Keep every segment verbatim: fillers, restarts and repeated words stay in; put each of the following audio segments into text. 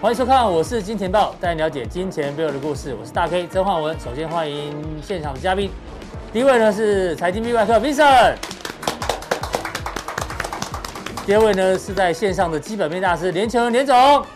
欢迎收看，我是金钱豹，带你了解金钱背后的故事。我是大 K 曾焕文。首先欢迎现场的嘉宾，第一位呢是财经 B 外客 Vincent， 第二位呢是在线上的基本面大师连琼连总。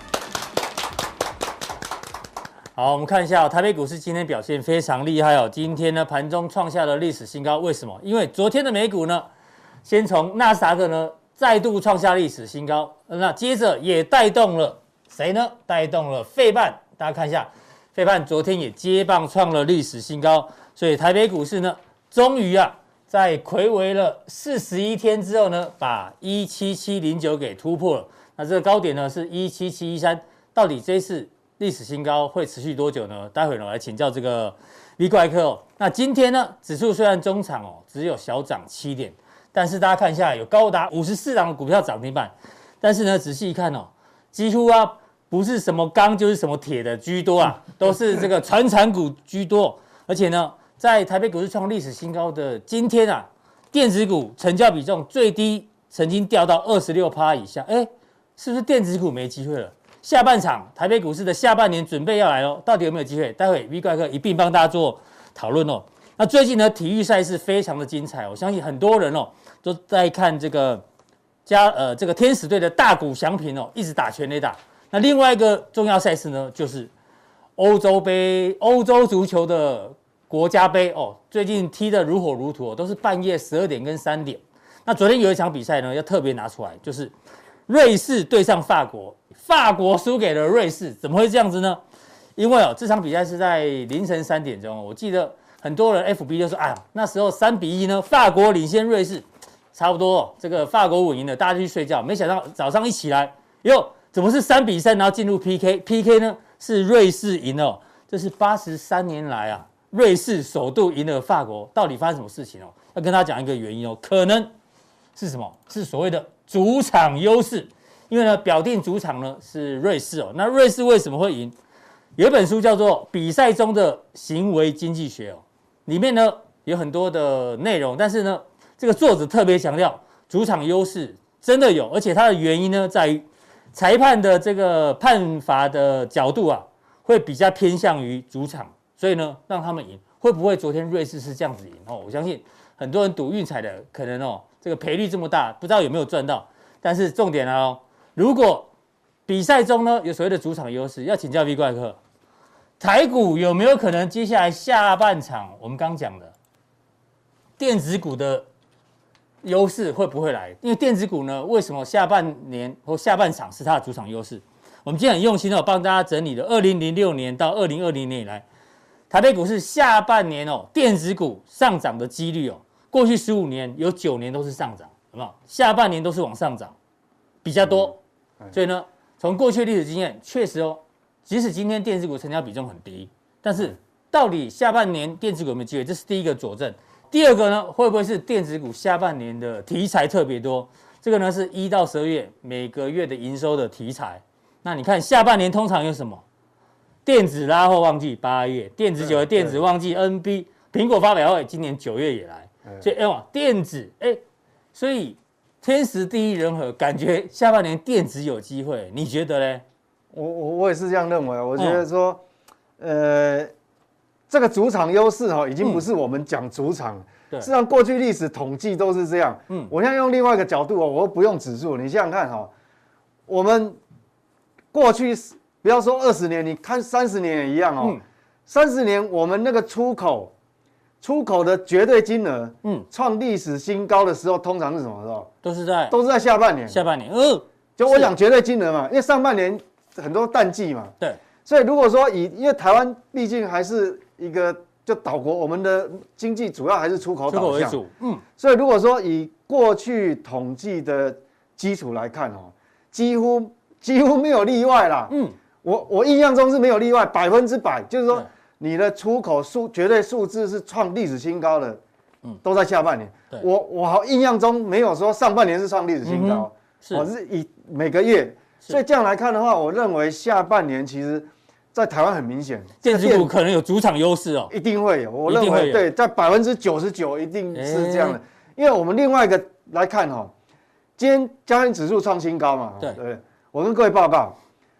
好，我们看一下、哦、台北股市今天表现非常厉害哦。今天呢盘中创下了历史新高，为什么？因为昨天的美股呢，先从纳斯达克呢再度创下历史新高，那接着也带动了谁呢？带动了费半，大家看一下，费半昨天也接棒创了历史新高，所以台北股市呢，终于啊，在睽违了四十一天之后呢，把一七七零九给突破了。那这个高点呢是一七七一三，到底这次历史新高会持续多久呢？待会呢我来请教这个 V 怪客哦。那今天呢，指数虽然中场哦只有小涨七点，但是大家看一下，有高达五十四档的股票涨停板，但是呢仔细一看哦，几乎啊不是什么钢就是什么铁的居多啊，都是这个传产股居多。而且呢，在台北股市创历史新高的今天啊，电子股成交比重最低曾经掉到 百分之二十六 以下，哎，是不是电子股没机会了？下半场台北股市的下半年准备要来了，到底有没有机会？待会 V 怪客一并帮大家做讨论哦。那最近呢，体育赛事非常的精彩，我相信很多人哦都在看这个加呃这个天使队的大谷翔平哦，一直打全垒打。那另外一个重要赛事呢，就是欧洲杯、欧洲足球的国家杯哦，最近踢得如火如荼哦，都是半夜十二点跟三点。那昨天有一场比赛呢，要特别拿出来，就是瑞士对上法国，法国输给了瑞士，怎么会这样子呢？因为哦，这场比赛是在凌晨三点钟，我记得很多人 F B 就说，哎呀，那时候三比一呢，法国领先瑞士，差不多、哦、这个法国稳赢了，大家就去睡觉。没想到早上一起来，哟。怎么是三比三，然后进入 P K？P K 呢是瑞士赢了、哦，这是八十三年来啊，瑞士首度赢了法国。到底发生什么事情哦？要跟大家讲一个原因哦，可能是什么？是所谓的主场优势。因为呢，表定主场呢是瑞士哦。那瑞士为什么会赢？有一本书叫做《比赛中的行为经济学》哦，里面呢有很多的内容，但是呢，这个作者特别强调主场优势真的有，而且它的原因呢在于。裁判的这个判罚的角度啊，会比较偏向于主场，所以呢，让他们赢。会不会昨天瑞士是这样子赢哦？我相信很多人赌运彩的，可能哦，这个赔率这么大，不知道有没有赚到。但是重点哦，如果比赛中呢有所谓的主场优势，要请教 V 怪客，台股有没有可能接下来下半场我们刚讲的电子股的？优势会不会来？因为电子股呢，为什么下半年或下半场是它的主场优势？我们今天很用心哦，帮大家整理了二零零六年到二零二零年以来，台北股市下半年哦，电子股上涨的几率哦，过去十五年有九年都是上涨，有没有？下半年都是往上涨，比较多。所以呢，从过去历史经验，确实哦，即使今天电子股成交比重很低，但是到底下半年电子股有没有机会？这是第一个佐证。第二个呢，会不会是电子股下半年的题材特别多？这个呢是一到十二月每个月的营收的题材。那你看下半年通常有什么？电子拉货旺季八月，电子九月电子旺季 N B， 苹果发表会今年九月也来，所以哎哇，电子哎，所以天时地利人和，感觉下半年电子有机会，你觉得呢？ 我我我也是这样认为，我觉得说，嗯、呃。这个主场优势哈，已经不是我们讲主场，嗯、事实上过去历史统计都是这样。嗯，我现在用另外一个角度哦，我不用指数，你想想看哈，我们过去不要说二十年，你看三十年也一样哦。三十、嗯、年我们那个出口出口的绝对金额，嗯，创历史新高的时候，通常是什么时候？ 都是在都是在下半年。 下半年，嗯， 就我讲绝对金额嘛，因为上半年很多淡季嘛。 对。 所以如果说以，因为台湾毕竟还是一个就岛国，我们的经济主要还是出口导向，出口为主，嗯，所以如果说以过去统计的基础来看哦，几乎几乎没有例外啦，嗯，我我印象中是没有例外，百分之百，就是说你的出口数绝对数字是创历史新高的，嗯，都在下半年，我我好印象中没有说上半年是创历史新高，嗯、我是以每个月，所以这样来看的话，我认为下半年其实。在台湾很明显， 电子股可能有主场优势哦， 一定会有。我认为对，在百分之九十九一定是这样的，因为我们另外一个来看哈，今天加权指数创新高嘛，对对，我跟各位报告，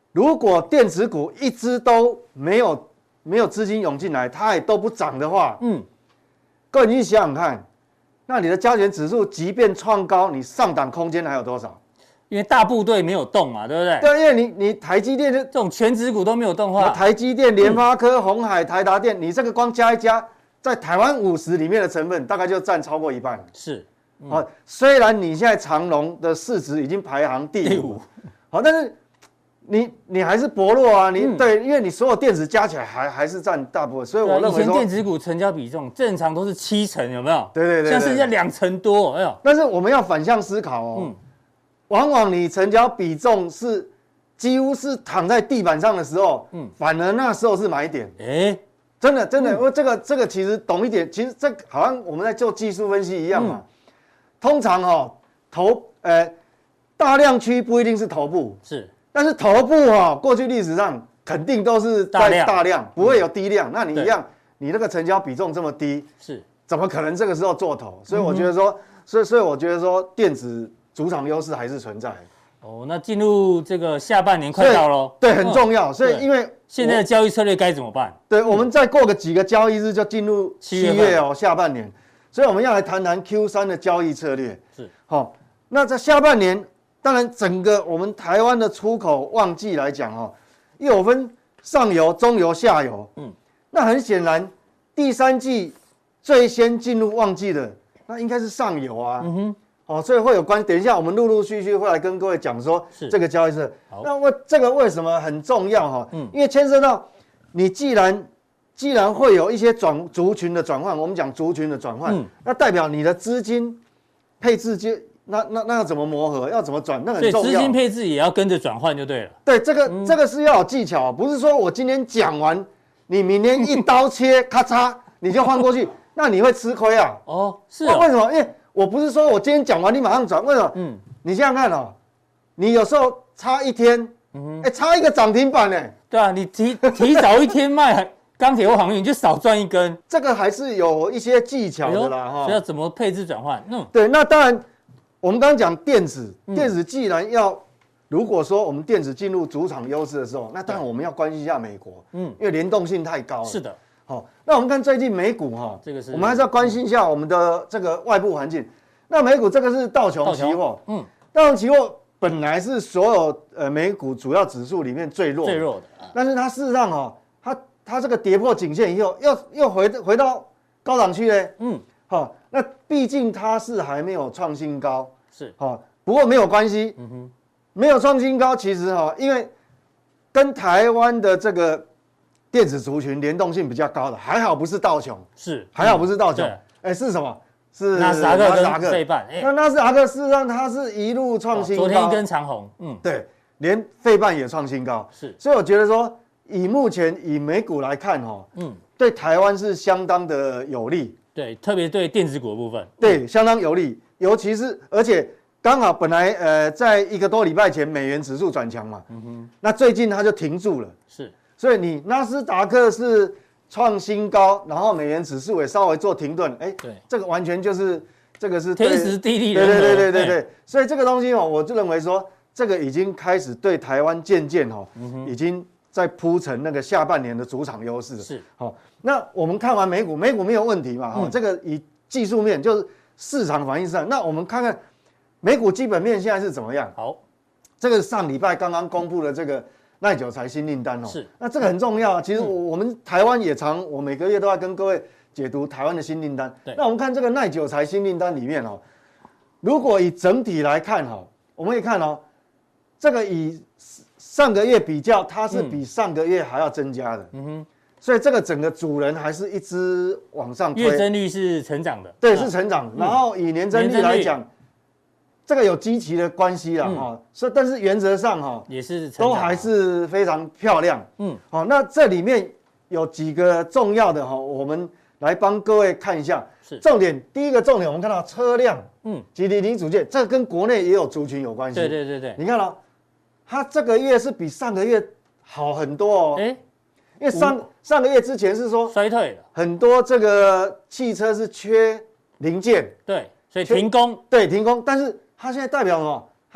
如果电子股一只都没有没有资金涌进来，它也都不涨的话，嗯，各位你去想想看，那你的加权指数即便创高，你上档空间还有多少？ 因为大部队没有动嘛，对不对？ 对，因为你你台积电就这种全指股都没有动的话， 台积电、联发科、鸿海、台达电，你这个光加一加，在台湾五十里面的成分大概就占超过一半了。 是， 嗯、啊，虽然你现在长荣的市值已经排行第五，好，但是你你还是薄弱啊，你、嗯、对，因为你所有电子加起来还还是占大部分，所以我认为说， 以前电子股成交比重正常都是七成，有没有？ 对对 对, 对， 现在剩下两成多，哎呦！ 但是我们要反向思考哦。嗯，往往你成交比重是几乎是躺在地板上的时候，嗯，反而那时候是买点。哎、欸，真的真的，因为、嗯、这个这个其实懂一点，其实这好像我们在做技术分析一样嘛。嗯、通常哦，头呃大量区不一定是头部， 是， 但是头部哦，过去历史上肯定都是在大量，大量不会有低量。嗯、那你一样，你那个成交比重这么低， 是， 怎么可能这个时候做头？所以我觉得说，嗯、所以所以我觉得说电子。主场优势还是存在哦。那进入这个下半年快到了， 对，很重要。所以因为现在的交易策略该怎么办？ 对，我们再过个几个交易日就进入七月哦，下半年。所以我们要来谈谈 Q 三 的交易策略。 是， 好，那在下半年，当然整个我们台湾的出口旺季来讲哦，又有分上游、中游、下游。嗯，那很显然，第三季最先进入旺季的，那应该是上游啊。嗯哼。哦，所以会有关。等一下，我们陆陆续续会来跟各位讲说这个交易是。那为这个为什么很重要哈？嗯，因为牵涉到你既然既然会有一些转族群的转换，我们讲族群的转换，嗯、那代表你的资金配置就那那那要怎么磨合，要怎么转，那很重要。 所以资金配置也要跟着转换就对了。 对，这个、嗯、这个是要有技巧，不是说我今天讲完，你明天一刀切，咔嚓你就换过去，那你会吃亏啊。 哦，是哦。 为什么？因为我不是说我今天讲完你马上转，为什么？嗯，你想想看哦，你有时候差一天，嗯，哎，差一个涨停板呢。 对啊，你提提早一天卖钢铁或航运，你就少赚一根。 这个还是有一些技巧的啦，哈、 哎。所以要怎么配置转换？嗯， 对，那当然，我们刚刚讲电子，电子既然要，嗯、如果说我们电子进入主场优势的时候，那当然我们要关心一下美国，嗯，因为联动性太高了。 是的。 好，那我们看最近美股哈，这个是我们还是要关心一下我们的这个外部环境。那美股这个是道琼期货，嗯，道琼期货本来是所有呃美股主要指数里面最弱最弱的， 但是它事实上哈，它它这个跌破颈线以后，又又回回到高档区嘞，嗯，好，那毕竟它是还没有创新高， 是好，不过没有关系，嗯哼，没有创新高，其实哈，因为跟台湾的这个电子族群联动性比较高的，还好不是道琼， 是还好不是道琼，哎，是什么？是纳斯达克跟费半。 那纳斯达克事实上它是一路创新高， 昨天一根长红，嗯， 对，连费半也创新高， 是， 所以我觉得说，以目前以美股来看哈，嗯，对台湾是相当的有利， 对，特别对电子股的部分， 对，相当有利，尤其是而且刚好本来呃在一个多礼拜前美元指数转强嘛，嗯哼，那最近它就停住了， 是。 所以你纳斯达克是创新高，然后美元指数也稍微做停顿，哎，对，这个完全就是这个是天时地利人和， 对对对对对对。所以这个东西哦，我就认为说，这个已经开始对台湾渐渐哦，已经在铺成那个下半年的主场优势了。 是， 好，那我们看完美股，美股没有问题嘛？哈，这个以技术面就是市场反应上，那我们看看美股基本面现在是怎么样？ 好， 这个上礼拜刚刚公布的这个耐久材新订单哦， 是， 那这个很重要。其实我我们台湾也常，我每个月都要跟各位解读台湾的新订单。 对， 那我们看这个耐久材新订单里面哦，如果以整体来看哈，我们可以看哦，这个以上个月比较，它是比上个月还要增加的。嗯哼，所以这个整个主人还是一直往上推， 月增率是成长的， 对，是成长。然后以年增率来讲，这个有积极的关系啦，哈，所以但是原则上哈也是都还是非常漂亮，嗯，好，那这里面有几个重要的哈，我们来帮各位看一下。是重点，第一个重点，我们看到车辆，嗯，及零组件，这个跟国内也有族群有关系。 对对对对， 你看哦，它这个月是比上个月好很多哦，哎，因为上上个月之前是说衰退了， 很多这个汽车是缺零件， 对，所以停工， 对，停工，但是它现在代表什么？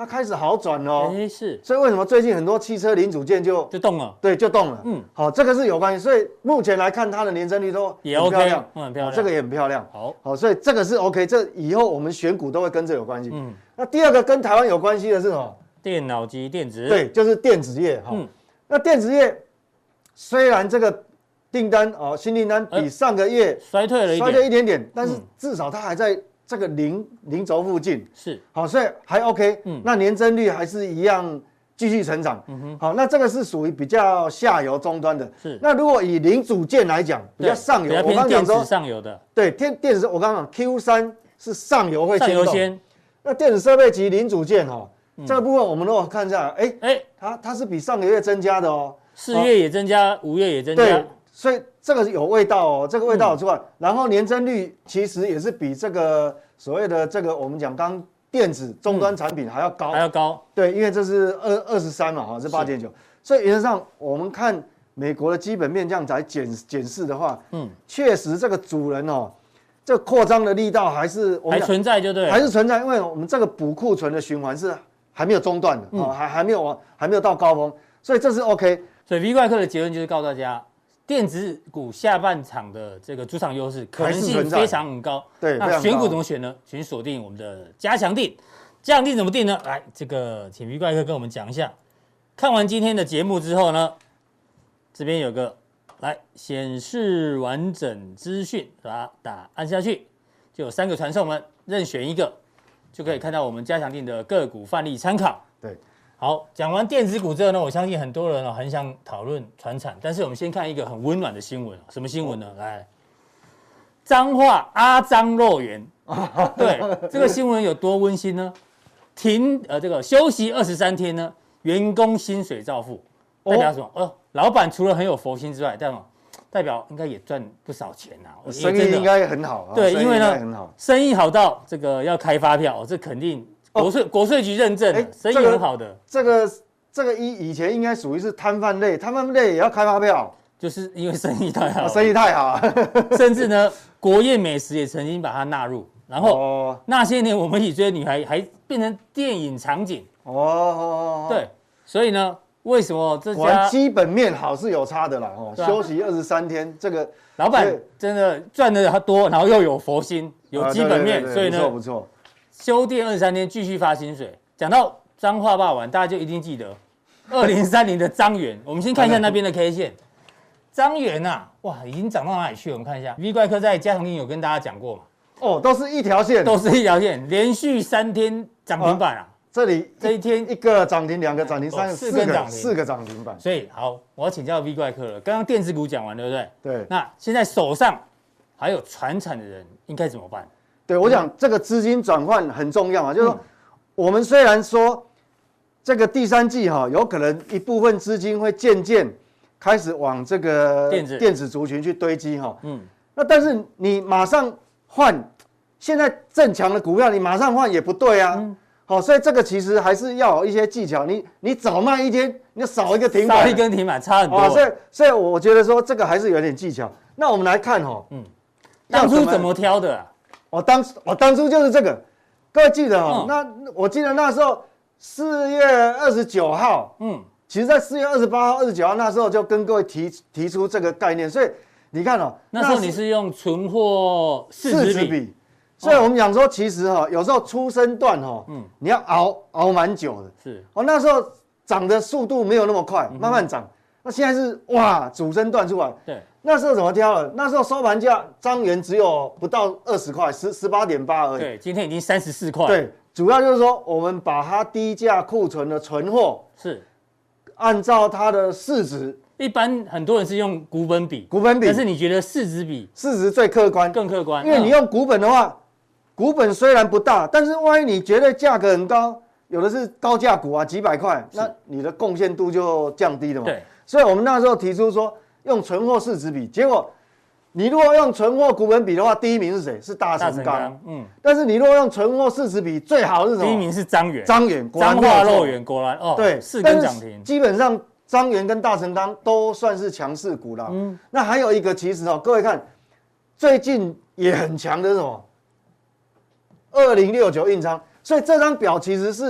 它开始好转哦。 哎，是。 所以为什么最近很多汽车零组件就就动了？ 对，就动了。 嗯， 好，这个是有关系。所以目前来看，它的年增率都也 OK， 很漂亮， 嗯，很漂亮， 这个也很漂亮。 好， 好，所以这个是 OK， 这以后我们选股都会跟这有关系。嗯，那第二个跟台湾有关系的是什么？ 电脑及电子。 对，就是电子业。哈，嗯，那电子业虽然这个订单哦，新订单比上个月衰退了一点， 衰退一点点，但是至少它还在这个零零轴附近， 是好，所以还 OK。嗯，那年增率还是一样继续成长。嗯哼，好，那这个是属于比较下游终端的。 是， 那如果以零组件来讲，比较上游， 我刚讲说上游的， 对，电电子，我刚刚讲 Q 三是上游会牵动。 上游先。 那电子设备及零组件哈，这个部分我们如果看一下，哎哎，它它是比上个月增加的哦， 四月也增加，五月也增加。 对。所以这个有味道哦，这个味道有出来，嗯、然后年增率其实也是比这个所谓的这个我们讲刚电子终端产品还要高， 还要高。 对，因为这是二二十三嘛，哈，是八点九，所以原则上我们看美国的基本面这样来检检视的话，嗯，确实这个主人哦，这扩张的力道还是我们还存在，就对， 还是存在，因为我们这个补库存的循环是还没有中断的，嗯、哦，还还没有还没有到高峰，所以这是 OK。 所以 V 怪客的结论就是告诉大家。电子股下半场的这个主场优势可能性非常高， 对， 那选股怎么选呢？请锁定我们的加强定，加强定怎么定呢？来，这个请 V 怪客跟我们讲一下。看完今天的节目之后呢，这边有个来显示完整资讯，把它打按下去，就有三个传送门，任选一个就可以看到我们加强定的个股范例参考。 对。 好，讲完电子股之后呢，我相信很多人哦很想讨论传产，但是我们先看一个很温暖的新闻，什么新闻呢？哦、来，彰化阿彰肉圆，对，这个新闻有多温馨呢？停呃这个休息二十三天呢，员工薪水照付，代表什么？哦，老板除了很有佛心之外，代表代表应该也赚不少钱呐、啊， 生意应该很好。 对，因为呢，生意好到这个要开发票，这肯定。国税、哦、国税局认证，生意很好的。 这个这个以以前应该属于是摊贩类，摊贩类也要开发票， 就是因为生意太好、哦， 生意太好， 甚至呢，国宴美食也曾经把它纳入。然后、哦、那些年我们一起追的女孩还变成电影场景哦。对，所以呢，为什么这家基本面好是有差的啦？哦，啊、休息二十三天，这个老板真的赚的多，然后又有佛心，有基本面， 啊、 所以呢， 不错不错。 休店二十三天，继续发薪水。讲到彰化霸王，大家就一定记得二零三零的彰源。我们先看一下那边的 K 线，彰源啊，哇，已经涨到哪里去了？我们看一下 ，V 怪客在加强定有跟大家讲过嘛？ 哦，都是一条线， 都是一条线，连续三天涨停板啊！ 这里这一天一个涨停，两个涨停，三个四个涨停， 四个涨停板。 所以好，我要请教 V 怪客了。刚刚电子股讲完，对不对？ 对。 那现在手上还有传产的人，应该怎么办？ 对，我想这个资金转换很重要啊，就是说，我们虽然说这个第三季哈，有可能一部分资金会渐渐开始往这个电子电子族群去堆积哈，嗯，那但是你马上换，现在正强的股票，你马上换也不对啊，嗯，好，所以这个其实还是要有一些技巧，你你早卖一天，你少一个停板， 少一根停板差很多， 啊，所以所以我觉得说这个还是有点技巧。那我们来看哈，嗯， 当初怎么挑的啊？ 我当我当初就是这个，各位记得哦。嗯、那我记得那时候四月二十九号，嗯，其实在四月二十八号、二十九号那时候就跟各位提提出这个概念，所以你看哦， 那时候你是用存货市值比， 所以我们讲说，其实哈、哦，有时候初升段哈、哦，嗯，你要熬熬蛮久的， 是哦，那时候涨的速度没有那么快，嗯、慢慢涨。那现在是哇，主升段出来， 对。 那时候怎么挑的？那时候收盘价彰源只有不到二十块，十十八点八而已。 对，今天已经三十四块。 对，主要就是说我们把它低价库存的存货是按照它的市值。 一般很多人是用股本比， 股本比， 但是你觉得市值比？ 市值最客观， 更客观。 因为你用股本的话，股本虽然不大，但是万一你觉得价格很高，有的是高价股啊，几百块，那你的贡献度就降低了嘛。 对， 所以我们那时候提出说。用存货市值比，结果你如果用存货股本比的话，第一名是谁？是大成钢。嗯，但是你如果用存货市值比，最好是什么？ 第一名是彰源。 彰源， 彰化肉圆果然哦， 对， 四根涨停。 基本上彰源跟大成钢都算是强势股啦。嗯，那还有一个，其实哦，各位看，最近也很强的是什么？二零六九印昌，所以这张表其实是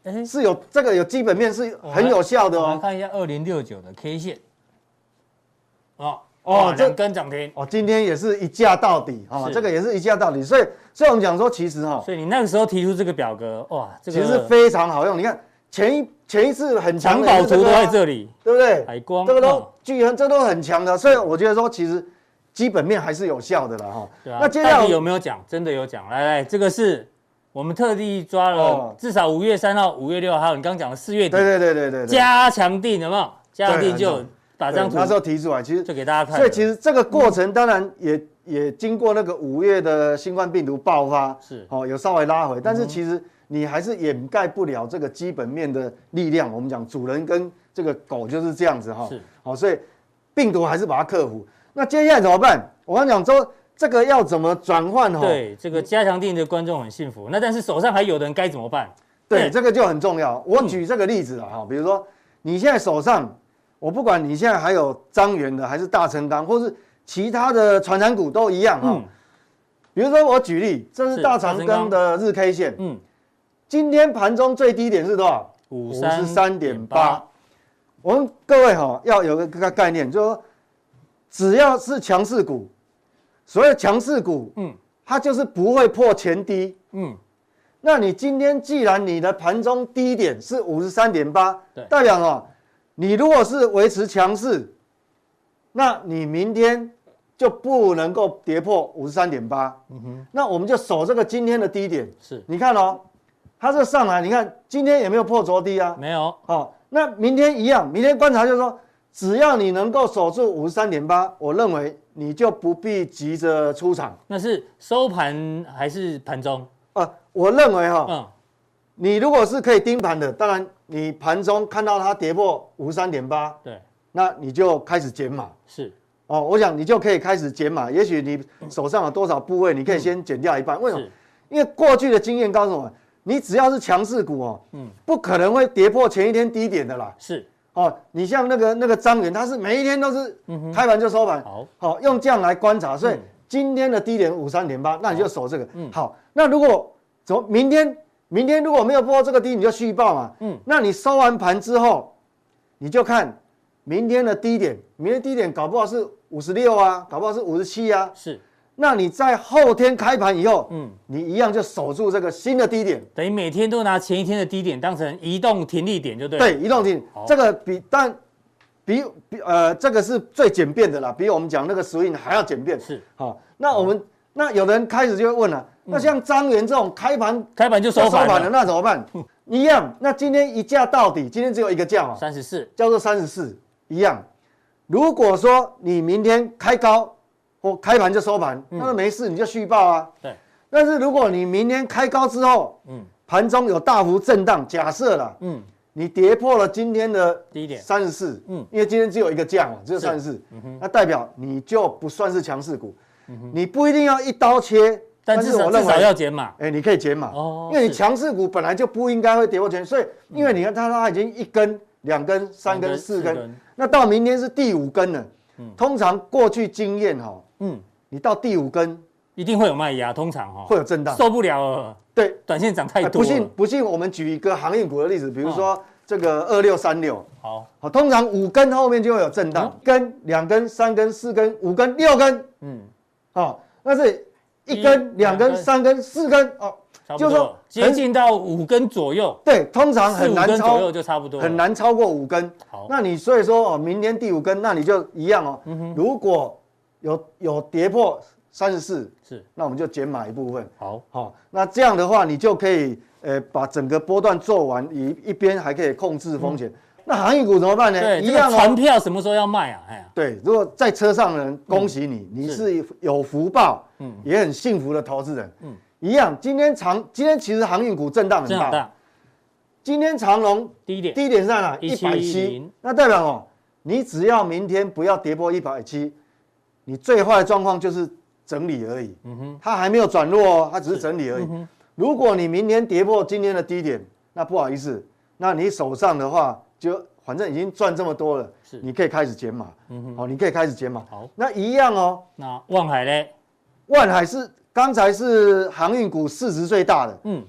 哎，是有这个有基本面是很有效的哦。 我们看一下二零六九的 K 线，哦哦，两根涨停哦，今天也是一价到底啊，这个也是一价到底，所以所以我们讲说，其实哈， 所以你那个时候提出这个表格，哇，这个其实非常好用。你看前一前一次很强的藏宝图都在这里， 对不对？ 海光这个都巨恒，这都很强的，所以我觉得说其实基本面还是有效的啦哈。 对啊，那接下来有没有讲？真的有讲，来来，这个是我们特地抓了，至少五月三号、五月六号，还有你刚讲的四月底， 对对对对对， 加强定有没有？加强定就把这张图那时候提出来，其实就给大家看。 所以其实这个过程当然也也经过那个五月的新冠病毒爆发， 是哦有稍微拉回，但是其实你还是掩盖不了这个基本面的力量。我们讲主人跟这个狗就是这样子哈， 是好，所以病毒还是把它克服。那接下来怎么办？我刚讲说这个要怎么转换哈？ 对，这个加强定的观众很幸福。那但是手上还有的人该怎么办？ 对，这个就很重要。我举这个例子啊，哈，比如说你现在手上。我不管你现在还有彰源的，还是大成钢，或是其他的传产股都一样哈。嗯、比如说我举例，这是大成钢的日 K 线，嗯，今天盘中最低点是多少？五十三点八。我们各位哈要有个概念，就是说只要是强势股，所谓强势股，嗯，它就是不会破前低，嗯。那你今天既然你的盘中低点是五十三点八，代表哦。你如果是维持强势，那你明天就不能够跌破五十三点八。嗯哼，那我们就守这个今天的低点。是，你看哦，它这上来，你看今天也没有破昨低啊。 没有。 哦，那明天一样，明天观察就是说，只要你能够守住五十三点八，我认为你就不必急着出场。 那是收盘还是盘中？ 啊，我认为哈、哦，嗯，你如果是可以盯盘的，当然。你盘中看到它跌破五十三点八， 对， 那你就开始减码。 是， 哦，我想你就可以开始减码。也许你手上有多少部位，你可以先减掉一半。为什么？因为过去的经验告诉我们，你只要是强势股哦，嗯，不可能会跌破前一天低点的啦。 是， 哦，你像那个那个彰源，它是每一天都是开盘就收盘。好，好，用这样来观察，所以今天的低点五十三点八，那你就守这个。嗯，好，那如果怎么明天？明天如果没有破这个低，你就续报嘛。嗯，那你收完盘之后，你就看明天的低点，明天低点搞不好是五十六啊，搞不好是五十七啊。 是， 那你在后天开盘以后，嗯，你一样就守住这个新的低点， 等于每天都拿前一天的低点当成移动停利点就对了。 对，移动停，这个比但比比呃这个是最简便的啦，比我们讲那个swing还要简便。 是， 好，那我们那有人开始就会问了。那像彰源这种开盘开盘就收盘的，那怎么办？一样。那今天一价到底，今天只有一个价嘛， 三十四， 叫做三十四，一样。如果说你明天开高或开盘就收盘，那没事，你就续报啊。 对。 但是如果你明天开高之后，嗯，盘中有大幅震荡，假设啦，嗯，你跌破了今天的低点三十四，嗯，因为今天只有一个价嘛，只有三十四，那代表你就不算是强势股，你不一定要一刀切。 但至少至少要减码， 哎，你可以减码哦，因为你强势股本来就不应该会跌破前，所以因为你看它它已经一根、两根、三根、四根，那到明天是第五根了。通常过去经验哈，嗯，你到第五根一定会有卖压，通常哈会有震荡， 受不了了。 对， 短线涨太多了。 不信不信，我们举一个航运股的例子，比如说这个二六三六，好，好，通常五根后面就会有震荡，根、两根、三根、四根、五根、六根，嗯，好，那是。一根、两根、三根、四根哦， 就是说接近到五根左右。 对，通常很难超， 左右就差不多， 很难超过五根。好，那你所以说哦，明天第五根，那你就一样哦。嗯、如果有有跌破三十四，是，那我们就减码一部分。好，好，那这样的话，你就可以呃把整个波段做完，一一边还可以控制风险。嗯那航运股怎么办呢？ 对，一样哦。船票什么时候要卖啊？哎， 对，如果在车上的人，恭喜你，你是有福报，嗯，也很幸福的投资人，嗯，一样。今天长，今天其实航运股震荡很大，今天长荣低点， 低点在哪？一百七，那代表哦，你只要明天不要跌破一百七，你最坏的状况就是整理而已，嗯哼，它还没有转弱哦，它只是整理而已。如果你明天跌破今天的低点，那不好意思，那你手上的话。就反正已经赚这么多了，是你可以开始减码，嗯哼，好，你可以开始减码。好，那一样哦。 那万海呢？ 万海是刚才是航运股市值最大的，嗯，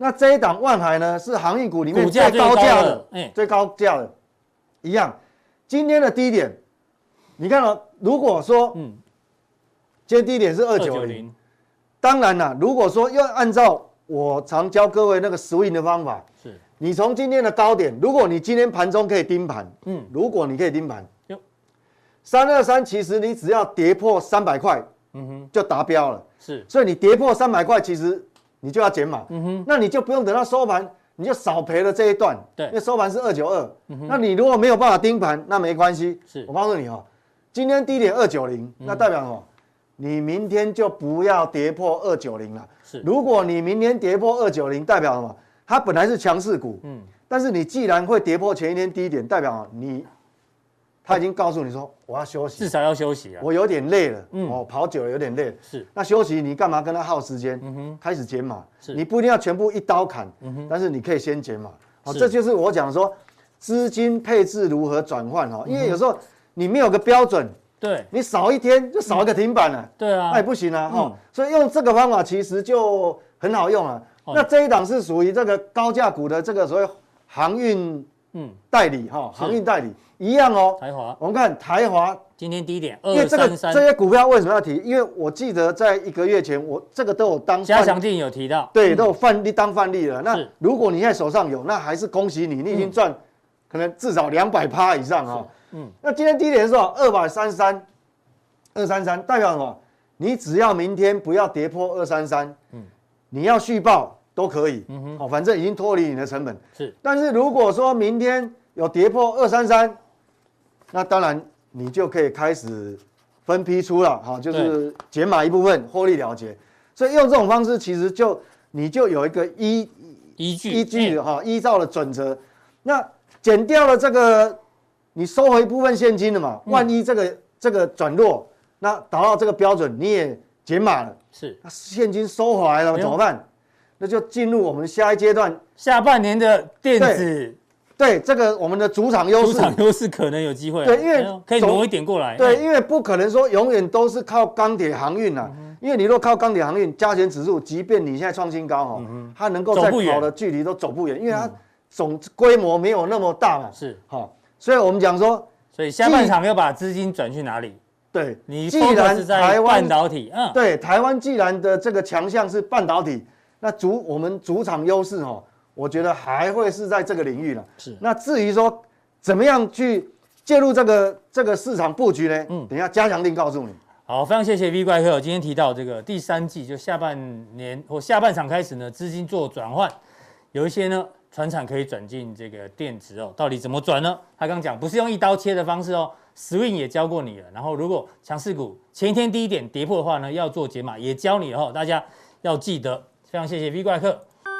那这一档万海呢，是航运股里面最高价的， 欸、 最高价的，一样。今天的低点，你看哦，如果说，嗯，今天低点是二九零，当然啦，如果说要按照我常教各位那个 swing 的方法， 是， 你从今天的高点，如果你今天盘中可以盯盘，嗯，如果你可以盯盘，三二三其实你只要跌破三百块，嗯哼，就达标了， 是， 所以你跌破三百块，其实你就要减码，嗯哼，那你就不用等到收盘，你就少赔了这一段， 对， 因为收盘是二九二，那你如果没有办法盯盘，那没关系， 是我告诉你哦，今天低点二九零，那代表什么？你明天就不要跌破二九零了。是，如果你明天跌破二九零，代表什么？它本来是强势股，嗯，但是你既然会跌破前一天低点，代表你，他已经告诉你说我要休息， 至少要休息啊， 我有点累了，嗯，哦，跑久了有点累了，是，那休息你干嘛跟他耗时间？嗯哼，开始减码，是，你不一定要全部一刀砍，嗯哼，但是你可以先减码，哦，这就是我讲说资金配置如何转换哦，因为有时候你没有个标准。 对， 你少一天就少一个停板了， 对啊， 那也不行啊，哈、嗯，所以用这个方法其实就很好用了。哦、那这一档是属于这个高价股的这个所谓航运嗯代理哈，航运代理一样哦。 台华， 我们看台华今天低点二三三，这些股票为什么要提？因为我记得在一个月前，我这个都有当加强定有提到， 对，都有范例当范例了。那如果你现在手上有，那还是恭喜你，你已经赚可能至少两百趴以上啊。嗯，那今天低点是多少？二百三十三，二三三代表什么？你只要明天不要跌破二三三，嗯，你要续报都可以，嗯哼，好，反正已经脱离你的成本是。但是如果说明天有跌破二三三，那当然你就可以开始分批出了，哈，就是减码一部分，获利了结。所以用这种方式，其实就你就有一个依依据依据哈，依照了准则，那减掉了这个。你收回部分现金了嘛？万一这个、嗯、这个转弱，那达到这个标准，你也减码了，是，那现金收回来了怎么办？那就进入我们下一阶段， 下半年的电子， 对, 对这个我们的主场优势， 主场优势可能有机会， 对，因为可以挪一点过来， 对，因为不可能说永远都是靠钢铁航运啊，嗯、因为你若靠钢铁航运加权指数，即便你现在创新高哈、嗯，它能够再跑的距离都走不远，因为它总规模没有那么大嘛，是，好。所以我们讲说， 所以下半场要把资金转去哪里？ 对， 你既然台湾半导体， 嗯，对，台湾既然的这个强项是半导体，那主我们主场优势哈，我觉得还会是在这个领域了。是，那至于说怎么样去介入这个这个市场布局呢？嗯，等一下加强定告诉你。 好，非常谢谢 V 怪客今天提到这个第三季就下半年或下半场开始呢，资金做转换，有一些呢。传产可以转进这个电子哦，到底怎么转呢？他刚讲不是用一刀切的方式哦 ，swing 也教过你了。然后如果强势股前一天低点跌破的话呢，要做解码也教你了哦，大家要记得。非常谢谢 V 怪客。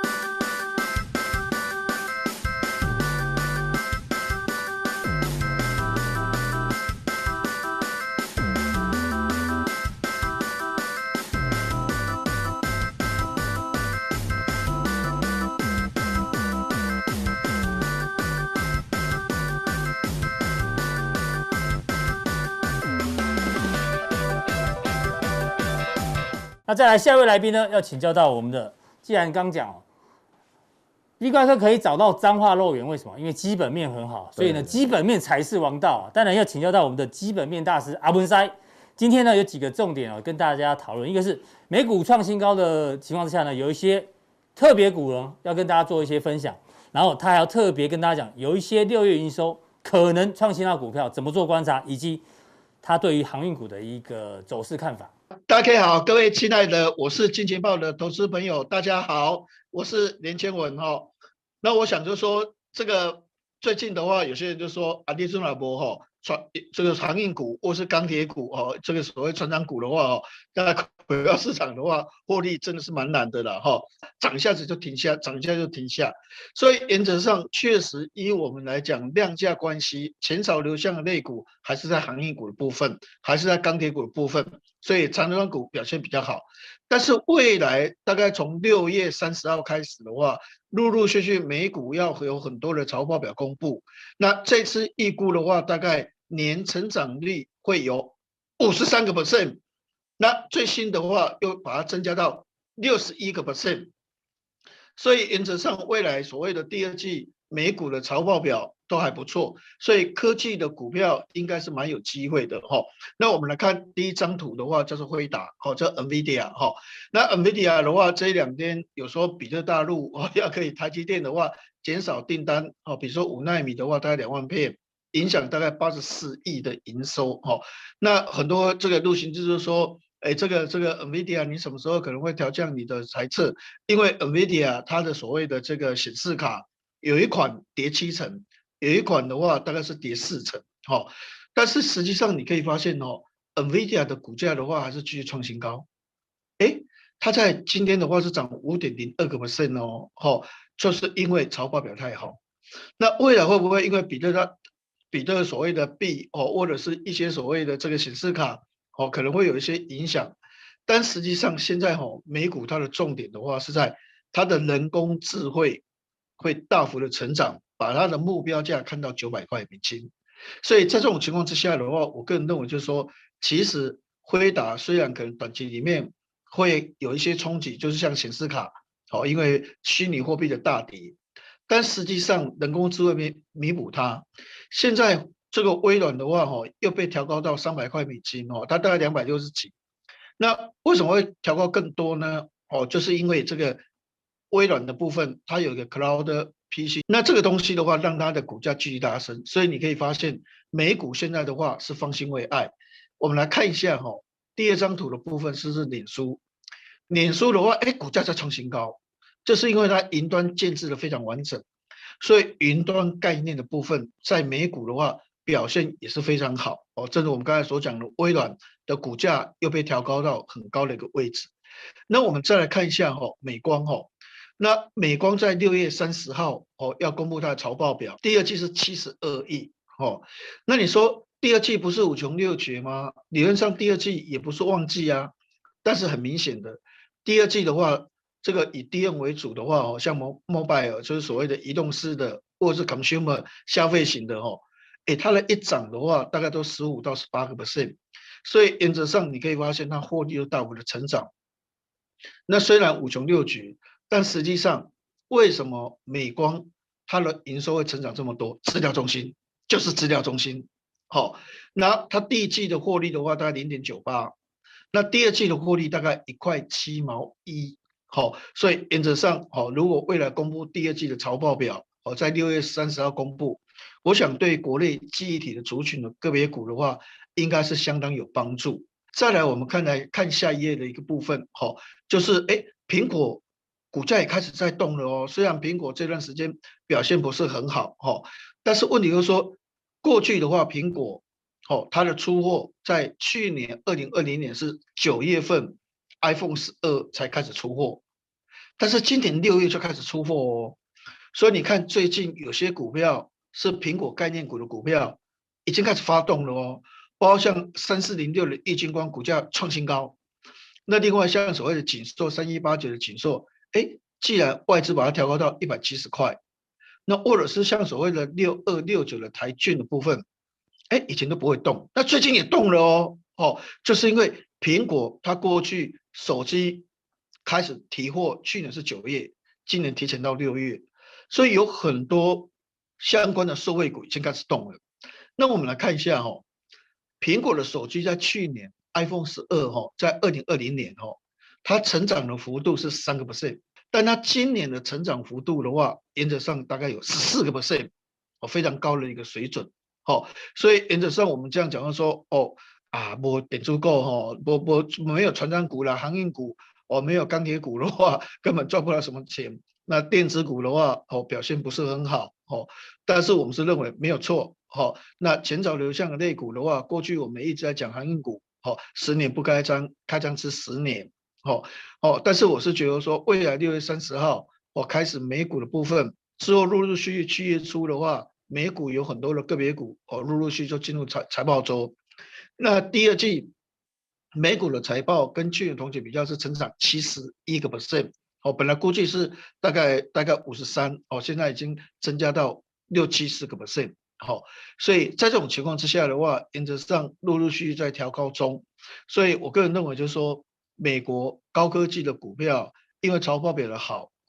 那再来下一位来宾呢，要请教到我们的，既然刚讲哦 ，V 怪客可以找到彰化肉圆，为什么？因为基本面很好，所以呢，基本面才是王道啊。当然要请教到我们的基本面大师阿文塞。今天呢，有几个重点哦，跟大家讨论。一个是美股创新高的情况之下呢，有一些特别股呢要跟大家做一些分享，然后他还要特别跟大家讲，有一些六月营收可能创新高股票怎么做观察，以及他对于航运股的一个走势看法。 大家好，各位亲爱的，我是金钱豹的投资朋友，大家好，我是连千文哈。那我想就说，这个最近的话，有些人就说啊，利润老波哈，船这个航运股或是钢铁股哦，这个所谓船长股的话哦，在股票市场的话，获利真的是蛮难的了哈，涨一下子就停下，涨一下就停下。所以原则上确实以我们来讲，量价关系，钱少流向的类股还是在航运股的部分，还是在钢铁股的部分。所以长荣股表现比较好，但是未来大概从六月三十号开始的话，陆陆续续美股要有很多的财报表公布。那这次预估的话，大概年成长率会有 百分之五十三， 那最新的话又把它增加到 百分之六十一。 所以原则上未来所谓的第二季美股的财报表都还不错，所以科技的股票应该是蛮有机会的哈。那我们来看第一张图的话，叫做辉达，好，叫 NVIDIA 哈。那 NVIDIA 的话，这两天有说比特大陆哦要可以台积电的话减少订单哦，比如说五奈米的话大概两万片，影响大概八十四亿的营收哈。那很多这个陆行就是说。哎，这个这个 NVIDIA 你什么时候可能会调降你的财测？因为 NVIDIA 它的所谓的这个显示卡有一款跌七成，有一款的话大概是跌四成，好、哦，但是实际上你可以发现哦 ，NVIDIA 的股价的话还是继续创新高，哎，它在今天的话是涨 五点零二个 percent 哦，哦，就是因为财报表太好。那未来会不会因为比特它比特所谓的币哦，或者是一些所谓的这个显示卡？哦，可能会有一些影响，但实际上现在哦，美股它的重点的话是在它的人工智慧会大幅的成长，把它的目标价看到九百块美金。所以在这种情况之下的话，我个人认为就是说，其实辉达虽然可能短期里面会有一些冲击，就是像显示卡，哦，因为虚拟货币的大跌，但实际上人工智慧弥弥补它。现在。这个微软的话，哈，又被调高到三百块美金哦，它大概两百六十几。那为什么会调高更多呢？哦，就是因为这个微软的部分，它有一个 Cloud P C， 那这个东西的话，让它的股价继续拉升。所以你可以发现，美股现在的话是方兴未艾。我们来看一下哈，第二张图的部分是不是脸书？脸书的话，哎，股价在创新高，这是因为它云端建制的非常完整，所以云端概念的部分在美股的话。表现也是非常好哦，正如我们刚才所讲的，微软的股价又被调高到很高的一个位置。那我们再来看一下哈、哦，美光哈、哦，那美光在六月三十号哦要公布它的财报表，第二季是七十二亿哦。那你说第二季不是五穷六绝吗？理论上第二季也不是旺季啊，但是很明显的，第二季的话，这个以 D M 为主的话哦，像 mobile 就是所谓的移动式的，或者是 consumer 消费型的哦。诶，它的一涨的话，大概都十五到十八个 percent， 所以原则上你可以发现它获利又大幅的成长。那虽然五穷六绝，但实际上为什么美光它的营收会成长这么多？资料中心就是资料中心，好、哦，那它第一季的获利的话大概零点九八，那第二季的获利大概一块七毛一，好，所以原则上好、哦，如果未来公布第二季的财报表，哦，在六月三十号公布。我想对国内记忆体的族群的个别股的话，应该是相当有帮助。再来，我们看来看下一页的一个部分，哈、哦，就是哎，苹果股价也开始在动了哦。虽然苹果这段时间表现不是很好，哈、哦，但是问题就是说，过去的话，苹果，哦，它的出货在去年二零二零年是九月份 iPhone 十二才开始出货，但是今年六月就开始出货哦。所以你看，最近有些股票。是苹果概念股的股票已经开始发动了哦，包括像三四零六的易晶光股价创新高，那另外像所谓的锦硕三一八九的锦硕，哎，既然外资把它调高到一百七十块，那或者是像所谓的六二六九的台骏的部分，哎，以前都不会动，那最近也动了哦，哦，就是因为苹果它过去手机开始提货，去年是九月，今年提前到六月，所以有很多。相关的受惠股已经开始动了。那我们来看一下哈、哦，苹果的手机在去年 iPhone 十二哈，在二零二零年哈、哦，它成长的幅度是三个 percent， 但它今年的成长幅度的话，原则上大概有十四个 percent， 哦，非常高的一个水准。哦，所以原则上我们这样讲说，哦啊，没点足够哈，不不没有船长股啦，航运股，哦，没有钢铁股的话，根本赚不了什么钱。那电子股的话，哦，表现不是很好。哦，但是我们是认为没有错，哦，那前朝流向的类股的话，过去我们一直在讲航运股，哦，十年不开张，开张吃十年，哦哦，但是我是觉得说，未来六月三十号，我、哦、开始美股的部分之后，陆陆续续七月初的话，美股有很多的个别股，哦，陆陆续续就进入财财报周，那第二季美股的财报跟去年同期比较是成长七十一个 percent。哦，本来估计是大概大概五十三，哦，现在已经增加到六七十个 percent， 好，所以在这种情况之下的话，原则上陆陆续续在调高中，所以我个人认为就是说，美国高科技的股票因为财报表的好，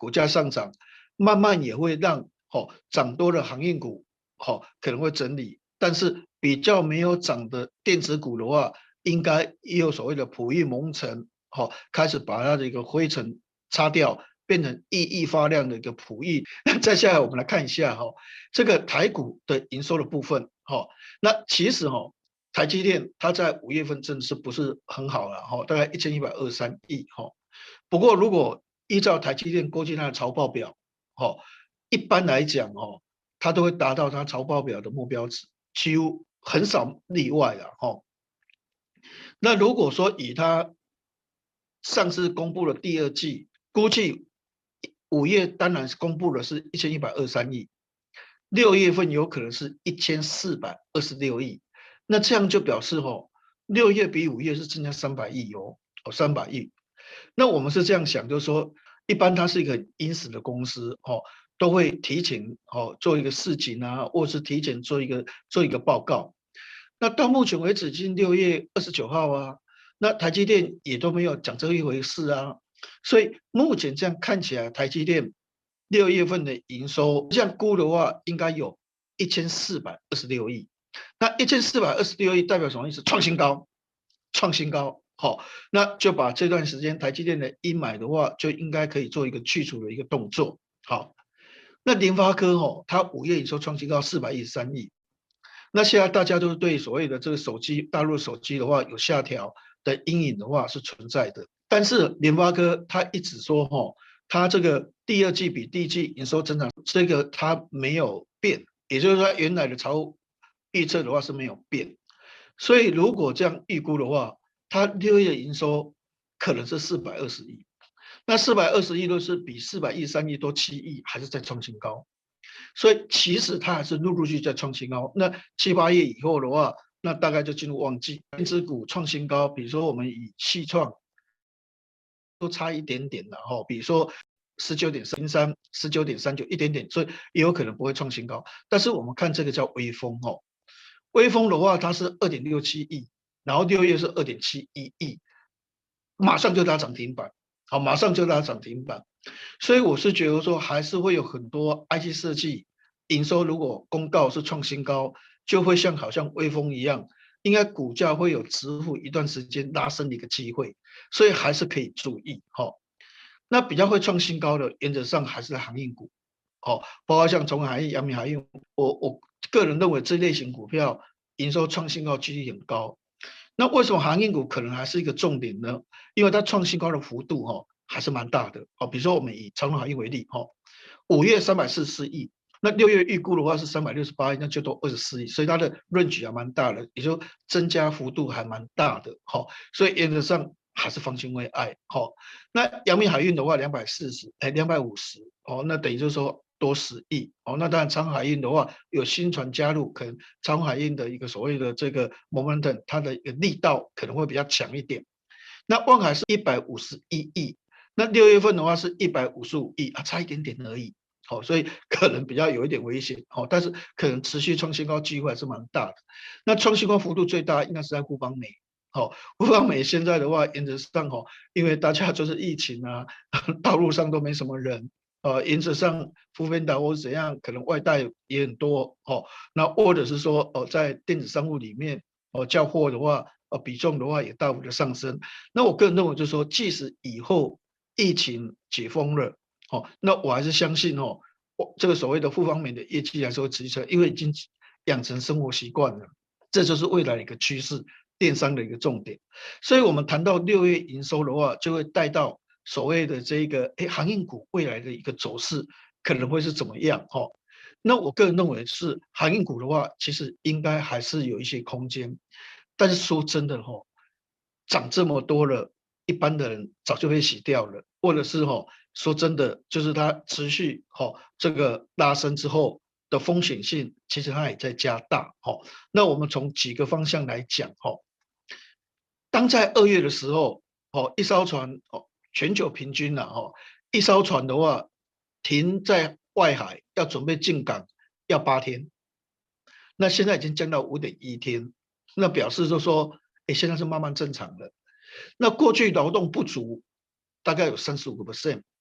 股价上涨，慢慢也会让哦涨多的航运股哦可能会整理，但是比较没有涨的电子股的话，应该也有所谓的普益蒙尘，哦开始把它的一个灰尘擦掉，变成熠熠发亮的一个普益。再下来我们来看一下哈、哦，这个台股的营收的部分，哈、哦，那其实哈、哦。台积电它在五月份真的是不是很好了哈，大概一千一百二十三亿哈。不过如果依照台积电过去它的财报表，哈，一般来讲哦，它都会达到它财报表的目标值，几乎很少例外了哈。那如果说以它上次公布的第二季，估计五月当然是公布的是一千一百二十三亿，六月份有可能是一千四百二十六亿。那这样就表示哦，六月比五月是增加三百亿哦，哦三百亿。那我们是这样想，就是说，一般它是一个殷实的公司哦，都会提前哦做一个事情啊，或是提前做一个做一个报告。那到目前为止，已经六月二十九号啊，那台积电也都没有讲这一回事啊，所以目前这样看起来，台积电六月份的营收这样估的话，应该有一千四百二十六亿。那一千四百二十六亿代表什么意思？创新高，创新高。好、哦，那就把这段时间台积电的阴霾的话，就应该可以做一个去除的一个动作。好，那联发科哦，它五月营收创新高四百一十三亿。那现在大家都是对所谓的这个手机，大陆手机的话有下调的阴影的话是存在的。但是联发科它一直说哦，它这个第二季比第一季营收增长，这个它没有变，也就是说原来的财务预测的话是没有变，所以如果这样预估的话，它六月营收可能是四百二十亿，那四百二十亿都是比四百一十三亿多七亿，还是在创新高，所以其实它还是陆陆续续在创新高。那七八月以后的话，那大概就进入旺季，电子股创新高，比如说我们以矽创都差一点点了哈，比如说十九点三三、十九点三九一点点，所以也有可能不会创新高。但是我们看这个叫微风哦。微风的话，它是二点六七亿，然后六月是二点七一亿，马上就拉涨停板，好，马上就拉涨停板。所以我是觉得说，还是会有很多 I T 设计营收如果公告是创新高，就会像好像微风一样，应该股价会有支付一段时间拉升的一个机会，所以还是可以注意哈、哦。那比较会创新高的，原则上还是航运股，好、哦，包括像中海运、阳明海运，我我。个人认为这类型股票营收创新高几率很高。那为什么航运股可能还是一个重点呢？因为它创新高的幅度哈、哦、还是蛮大的。哦，比如说我们以长荣航运为例哈、哦，五月三百四十四亿，那六月预估的话是三百六十八亿，那就都二十四亿，所以它的 range 还蛮大的，也就增加幅度还蛮大的。哈、哦，所以原则上还是方兴未艾。哈、哦，那阳明海运的话两百四十，哎两百五十，哦，那等于就是说。多十亿哦，那当然长海运的话有新船加入，可能长海运的一个所谓的这个 momentum， 它的一个力道可能会比较强一点。那万海是一百五十一亿，那六月份的话是一百五十五亿啊，差一点点而已。好、哦，所以可能比较有一点危险。好、哦，但是可能持续创新高机会还是蛮大的。那创新高幅度最大应该是在富邦美。好、哦，富邦美现在的话，原则上哦，因为大家就是疫情啊，道路上都没什么人。呃，原则上，福芬达或怎样，可能外带也很多哦。那或者是说，哦、呃，在电子商务里面，哦、呃，交货的话，呃，比重的话也大幅的上升。那我个人认为，就是说，即使以后疫情解封了，哦，那我还是相信哦，我这个所谓的富邦美的业绩还是会持续，因为已经养成生活习惯了，这就是未来的一个趋势，电商的一个重点。所以我们谈到六月营收的话，就会带到。所谓的这个诶航运股未来的一个走势可能会是怎么样哈、哦？那我个人认为是航运股的话，其实应该还是有一些空间。但是说真的哈、哦，涨这么多了，一般的人早就被洗掉了，或者是哈、哦，说真的，就是它持续哈、哦、这个拉升之后的风险性，其实它也在加大哈、哦。那我们从几个方向来讲哈、哦，当在二月的时候，哦一艘船哦。全球平均了、啊、哈，一艘船的话停在外海要准备进港要八天，那现在已经降到五点一天，那表示就说，哎，现在是慢慢正常的。那过去劳动不足大概有三十五个 percent，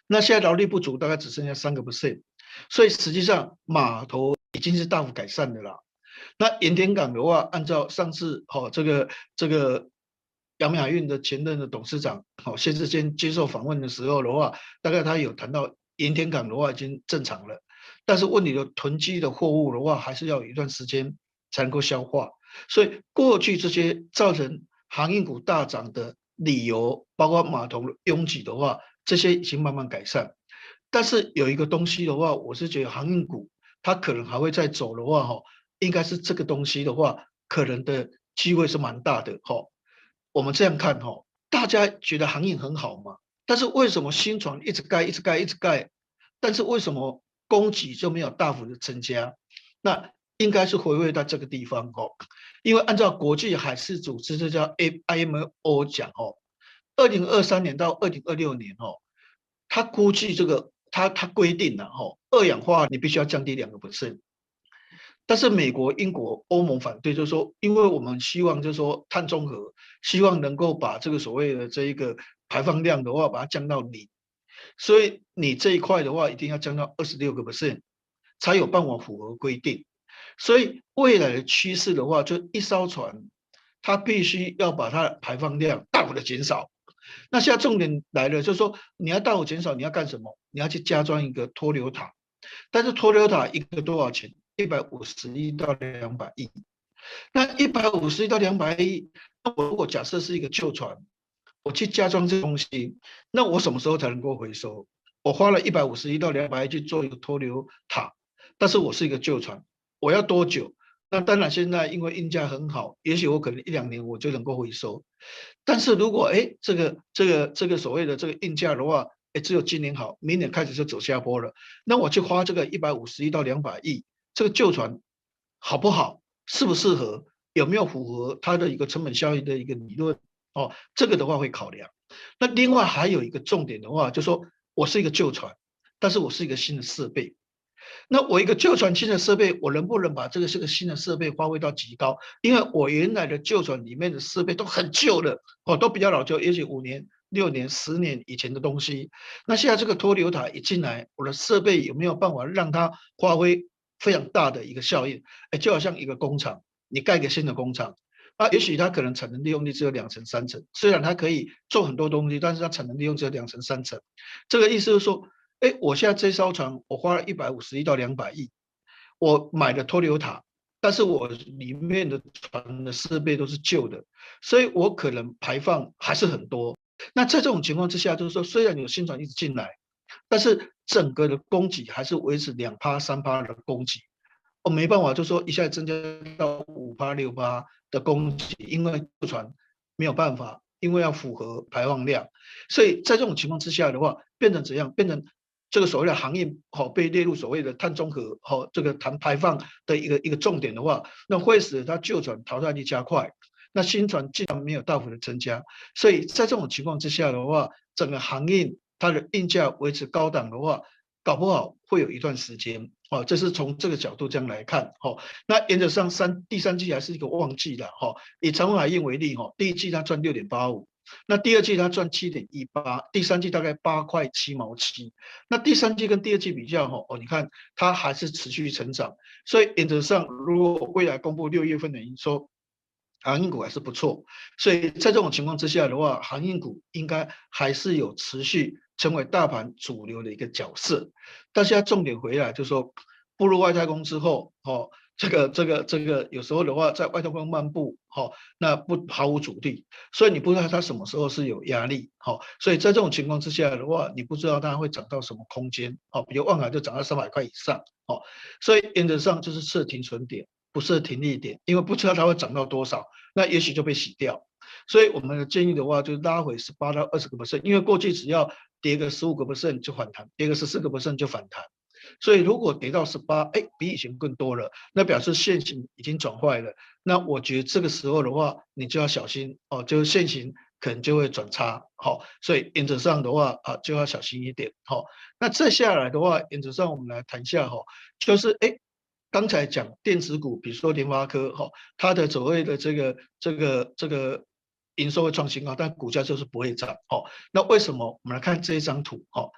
那现在劳力不足，大概只剩下三个 percent， 所以实际上码头已经是大幅改善的啦。那盐田港的话，按照上次好、哦、这个这个阳明海运的前任的董事长好、哦、谢志坚接受访问的时候的话，大概他有谈到盐田港的话已经正常了，但是问题的囤积的货物的话，还是要有一段时间才能够消化。所以过去这些造成航运股大涨的理由，包括码头拥挤的话，这些已经慢慢改善。但是有一个东西的话，我是觉得航运股它可能还会再走的话，哈，应该是这个东西的话，可能的机会是蛮大的，哈。我们这样看，哈，大家觉得航运很好嘛？但是为什么新船一直盖、一直盖、一直盖，但是为什么供给就没有大幅的增加？那应该是回归到这个地方，哦，因为按照国际海事组织，这叫 I M O 讲，哦，二零二三年到二零二六年，哦，它估计这个，它它规定了，哦，二氧化你必须要降低两个 percent。但是美国、英国、欧盟反对，就是说，因为我们希望就是说碳中和，希望能够把这个所谓的这一个排放量的话，把它降到零，所以你这一块的话，一定要降到二十六个 percent， 才有办法符合规定。所以未来的趋势的话，就一艘船，它必须要把它的排放量大幅的减少。那现在重点来了，就是说你要大幅减少，你要干什么？你要去加装一个脱硫塔，但是脱硫塔一个多少钱？一百五十亿到两百亿。那一百五十亿到两百亿，那我如果假设是一个旧船，我去加装这东西，那我什么时候才能够回收？我花了一百五十亿到两百亿去做一个脱硫塔，但是我是一个旧船，我要多久？那当然现在因为运价很好，也许我可能一两年我就能够回收。但是如果哎这个这个这个所谓的这个运价的话，哎只有今年好，明年开始就走下坡了，那我去花这个一百五十亿到两百亿。这个旧船好不好？适不适合？有没有符合它的一个成本效益的一个理论？哦，这个的话会考量。那另外还有一个重点的话，就是说我是一个旧船，但是我是一个新的设备。那我一个旧船新的设备，我能不能把这个这个新的设备发挥到极高？因为我原来的旧船里面的设备都很旧的，哦，都比较老旧，也许五年、六年、十年以前的东西。那现在这个脱硫塔一进来，我的设备有没有办法让它发挥非常大的一个效应？哎，就好像一个工厂，你盖一个新的工厂，啊，也许它可能产能利用率只有两成、三成，虽然它可以做很多东西，但是它产能利用只有两成、三成。这个意思就是说，哎，我现在这艘船我花了一百五十亿到两百亿，我买了脱硫塔，但是我里面的船的设备都是旧的，所以我可能排放还是很多。那在这种情况之下，就是说，虽然有新船一直进来，但是整个的供给还是维持两趴、三趴的供给，我没办法，就说一下增加到五趴、六趴的供给，因为旧船没有办法，因为要符合排放量，所以在这种情况之下的话，变成怎样？变成这个所谓的行业好被列入所谓的碳中和好这个谈排放的一个一个重点的话，那会使它旧船淘汰率加快，那新船既然没有大幅的增加，所以在这种情况之下的话，整个行业它的运价维持高档的话，搞不好会有一段时间哦，这是从这个角度这样来看哦。那原则上三第三季还是一个旺季的哈、哦。以长荣海运为例哈、哦，第一季它赚六点八五，那第二季它赚七点一八，第三季大概八块七毛七。那第三季跟第二季比较哈哦，你看它还是持续成长，所以原则上如果未来公布六月份的营收，航运股还是不错，所以在这种情况之下的话，航运股应该还是有持续成为大盘主流的一个角色。但现在重点回来就是说，步入外太空之后，哦，这个这个这个有时候的话，在外太空漫步，哦，那不毫无阻力，所以你不知道它什么时候是有压力，哦，所以在这种情况之下的话，你不知道它会涨到什么空间，哦，比如万海就涨到三百块以上，哦，所以原则上就是设停损点。不是停利点，因为不知道它会涨到多少，那也许就被洗掉。所以我们的建议的话，就是拉回十八到二十个 percent， 因为过去只要跌个十五个 percent 就反弹，跌个十四个 percent 就反弹。所以如果跌到十八，哎，比以前更多了，那表示现行已经转坏了。那我觉得这个时候的话，你就要小心哦，就是现行可能就会转差，好、哦，所以原则上的话啊，就要小心一点，好、哦。那再下来的话，原则上我们来谈一下哈、哦，就是哎。刚才讲电子股，比如说联发科，哈，它的所谓的这个这个这个营收会创新高，但股价就是不会涨，哦。那为什么？我们来看这一张图，哦，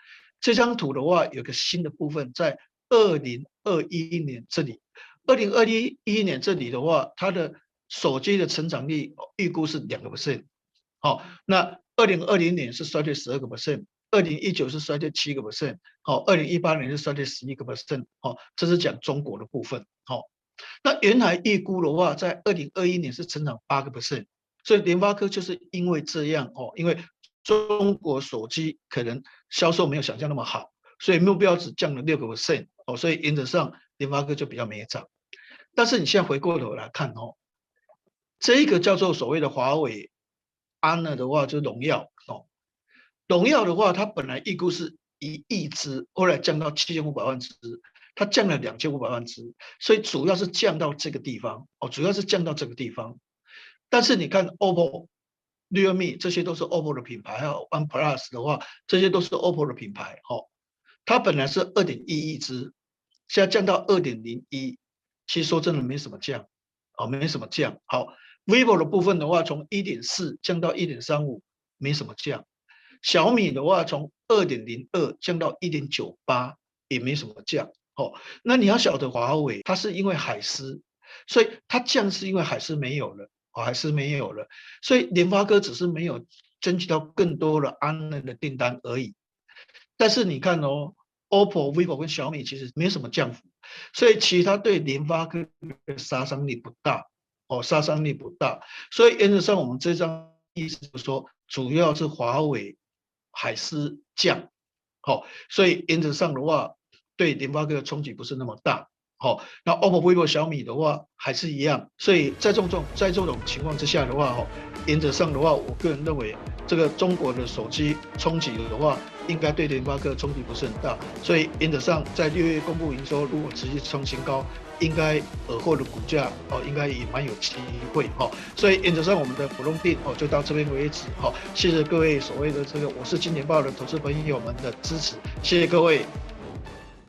这张图的话，有个新的部分在二零二一年这里，二零二一年这里的话，它的手机的成长率预估是两个 percent， 好，那二零二零年是衰退十二个 percent， 二零一九是衰退七个 percent， 好，二零一八年是衰退十一个 percent， 好，这是讲中国的部分，好，那原来预估的话，在二零二一年是成长八个 percent， 所以联发科就是因为这样哦，因为中国手机可能销售没有想象那么好，所以目标只降了六个 percent， 哦，所以原则上联发科就比较没涨。但是你现在回过头来看哦，这一个叫做所谓的华为 Honor 的话，就是荣耀哦，荣耀的话，它本来预估是一亿只，后来降到七千五百万只，它降了两千五百万只，所以主要是降到这个地方哦，主要是降到这个地方。但是你看 O P P O、Realme 这些都是 O P P O 的品牌，还有 OnePlus 的话，这些都是 O P P O 的品牌哦。它本来是 二点一亿只，现在降到 二点零一， 其实说真的没什么降，哦，没什么降。好 ，vivo 的部分的话，从 一点四 降到 一点三五， 没什么降。小米的话，从 二点零二 降到 一点九八， 也没什么降。哦，那你要晓得华为，它是因为海思，所以它降是因为海思没有了，哦，海思没有了，所以联发科只是没有争取到更多的安能的订单而已。但是你看哦 ，O P P O、vivo 跟小米其实没什么降幅，所以其他对联发科的杀伤力不大，哦，杀伤力不大。所以原则上我们这张意思就是说，主要是华为、海思降，好，哦，所以原则上的话，对联发科的冲击不是那么大。好，那 O P P O、vivo、小米的话还是一样，所以在这种在这种情况之下的话，哦，原则上的话，我个人认为这个中国的手机冲击的话，应该对联发科冲击不是很大，所以原则上在六月公布营收，如果持续创新高，应该尔后的股价哦，应该也蛮有机会哈，哦。所以原则上我们的普通定哦就到这边为止哈，哦，谢谢各位所谓的这个我是金钱豹的投资朋友们的支持，谢谢各位。